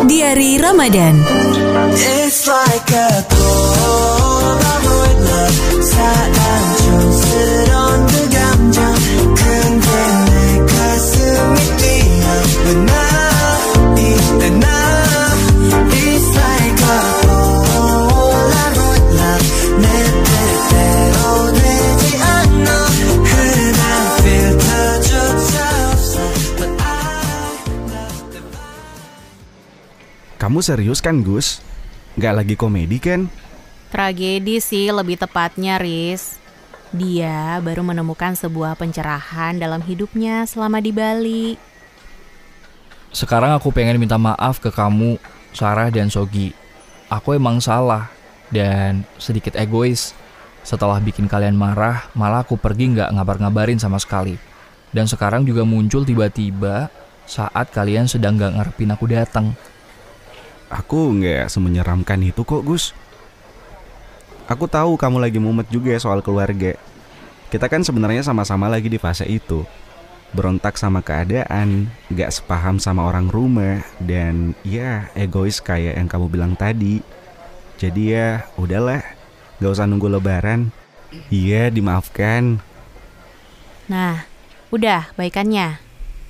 Diari Ramadan. It's like a Polaroid love. 사랑 촌스러운 그 감정. 근데 내 가슴이 뛰어. But now 이때 나 It's like a Polaroid love. 내 뜻대로 되지 않아. 흔한 필터조차 없어. But I love the vibe. Kamu serius kan, Gus? Nggak lagi komedi kan? Tragedi sih lebih tepatnya, Riz. Dia baru menemukan sebuah pencerahan dalam hidupnya selama di Bali. Sekarang aku pengen minta maaf ke kamu, Sarah dan Sogi. Aku emang salah dan sedikit egois. Setelah bikin kalian marah, malah aku pergi nggak ngabar-ngabarin sama sekali. Dan sekarang juga muncul tiba-tiba saat kalian sedang nggak ngarepin aku datang. Aku nggak semenyeramkan itu kok, Gus. Aku tahu kamu lagi mumet juga soal keluarga. Kita kan sebenarnya sama-sama lagi di fase itu. Berontak sama keadaan, nggak sepaham sama orang rumah, dan ya egois kayak yang kamu bilang tadi. Jadi ya udahlah, nggak usah nunggu lebaran. Iya, dimaafkan. Nah, udah baikannya.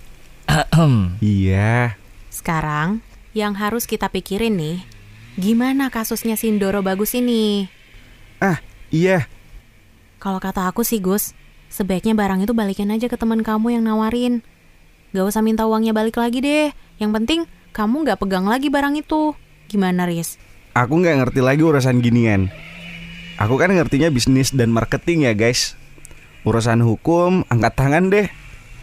Iya. Sekarang yang harus kita pikirin nih, gimana kasusnya Sindoro Bagus ini? Iya. Kalau kata aku sih, Gus, sebaiknya barang itu balikin aja ke teman kamu yang nawarin. Gak usah minta uangnya balik lagi deh. Yang penting kamu gak pegang lagi barang itu. Gimana, Riz? Aku nggak ngerti lagi urusan ginian. Aku kan ngertinya bisnis dan marketing ya, guys. Urusan hukum, angkat tangan deh.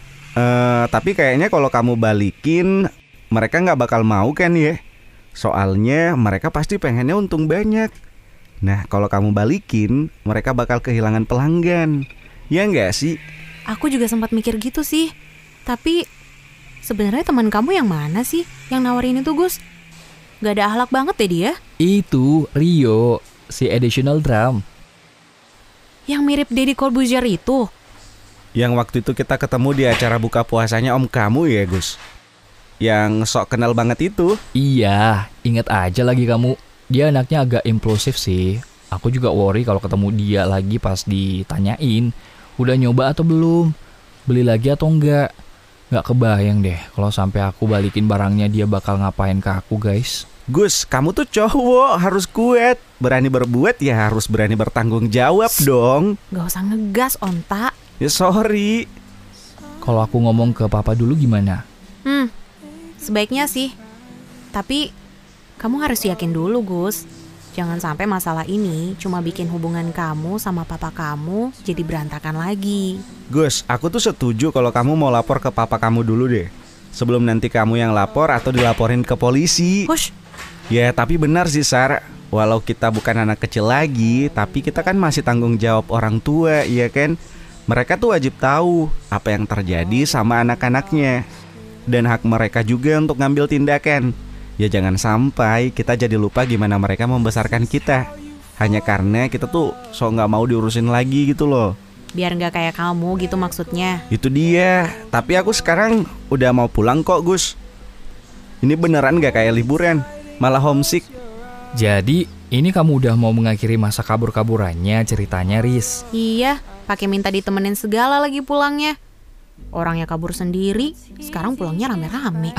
Tapi kayaknya kalau kamu balikin, mereka nggak bakal mau kan ya. Soalnya mereka pasti pengennya untung banyak. Nah, kalau kamu balikin, mereka bakal kehilangan pelanggan. Ya nggak sih? Aku juga sempat mikir gitu sih. Tapi sebenarnya teman kamu yang mana sih yang nawarin itu, Gus? Gak ada akhlak banget deh dia. Itu Rio, si additional drum. Yang mirip Deddy Corbuzier itu. Yang waktu itu kita ketemu di acara buka puasanya om kamu ya, Gus. Yang sok kenal banget itu. Iya, ingat aja lagi kamu. Dia anaknya agak impulsif sih. Aku juga worry kalau ketemu dia lagi pas ditanyain, udah nyoba atau belum? Beli lagi atau enggak? Nggak kebayang deh kalau sampai aku balikin barangnya dia bakal ngapain ke aku, guys. Gus, kamu tuh cowok, harus kuat. Berani berbuat ya harus berani bertanggung jawab dong. Gak usah ngegas, Onta. Ya sorry. Kalau aku ngomong ke papa dulu gimana? Sebaiknya sih. Tapi kamu harus yakin dulu, Gus. Jangan sampai masalah ini cuma bikin hubungan kamu sama papa kamu jadi berantakan lagi. Gus, aku tuh setuju kalau kamu mau lapor ke papa kamu dulu deh. Sebelum nanti kamu yang lapor atau dilaporin ke polisi. Hush. Ya tapi benar sih, Sar. Walau kita bukan anak kecil lagi, tapi kita kan masih tanggung jawab orang tua, iya kan? Mereka tuh wajib tahu apa yang terjadi sama anak-anaknya. Dan hak mereka juga untuk ngambil tindakan. Ya jangan sampai kita jadi lupa gimana mereka membesarkan kita. Hanya karena kita tuh sok gak mau diurusin lagi gitu loh. Biar gak kayak kamu gitu maksudnya. Itu dia. Tapi aku sekarang udah mau pulang kok, Gus. Ini beneran gak kayak liburan, malah homesick. Jadi ini kamu udah mau mengakhiri masa kabur-kaburannya ceritanya, Riz? Iya, pakai minta ditemenin segala lagi pulangnya. Orangnya kabur sendiri, sekarang pulangnya rame-rame.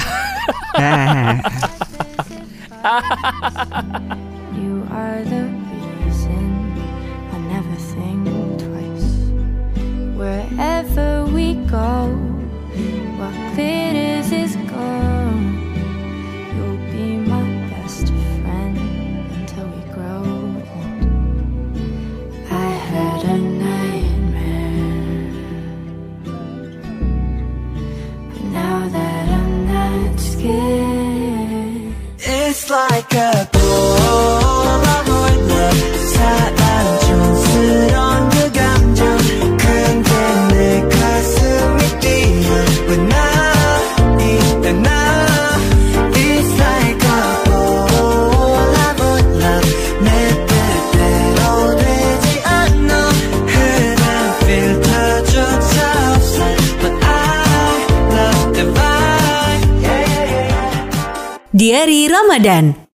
You are the reason I never think twice. Wherever we go, what glitters is gold. You'll be my best friend until we grow old. I had a nightmare, but now that I'm not scared. It's like a Polaroid love. 사랑 촌스러운 그 감정. 근데 내 가슴이 뛰어. But now 이때 나 It's like a Polaroid love. 내 뜻대로 되지 않아. 흔한 필터조차 없어. But I love the vibe. Yeah, yeah, yeah. Diari Ramadan.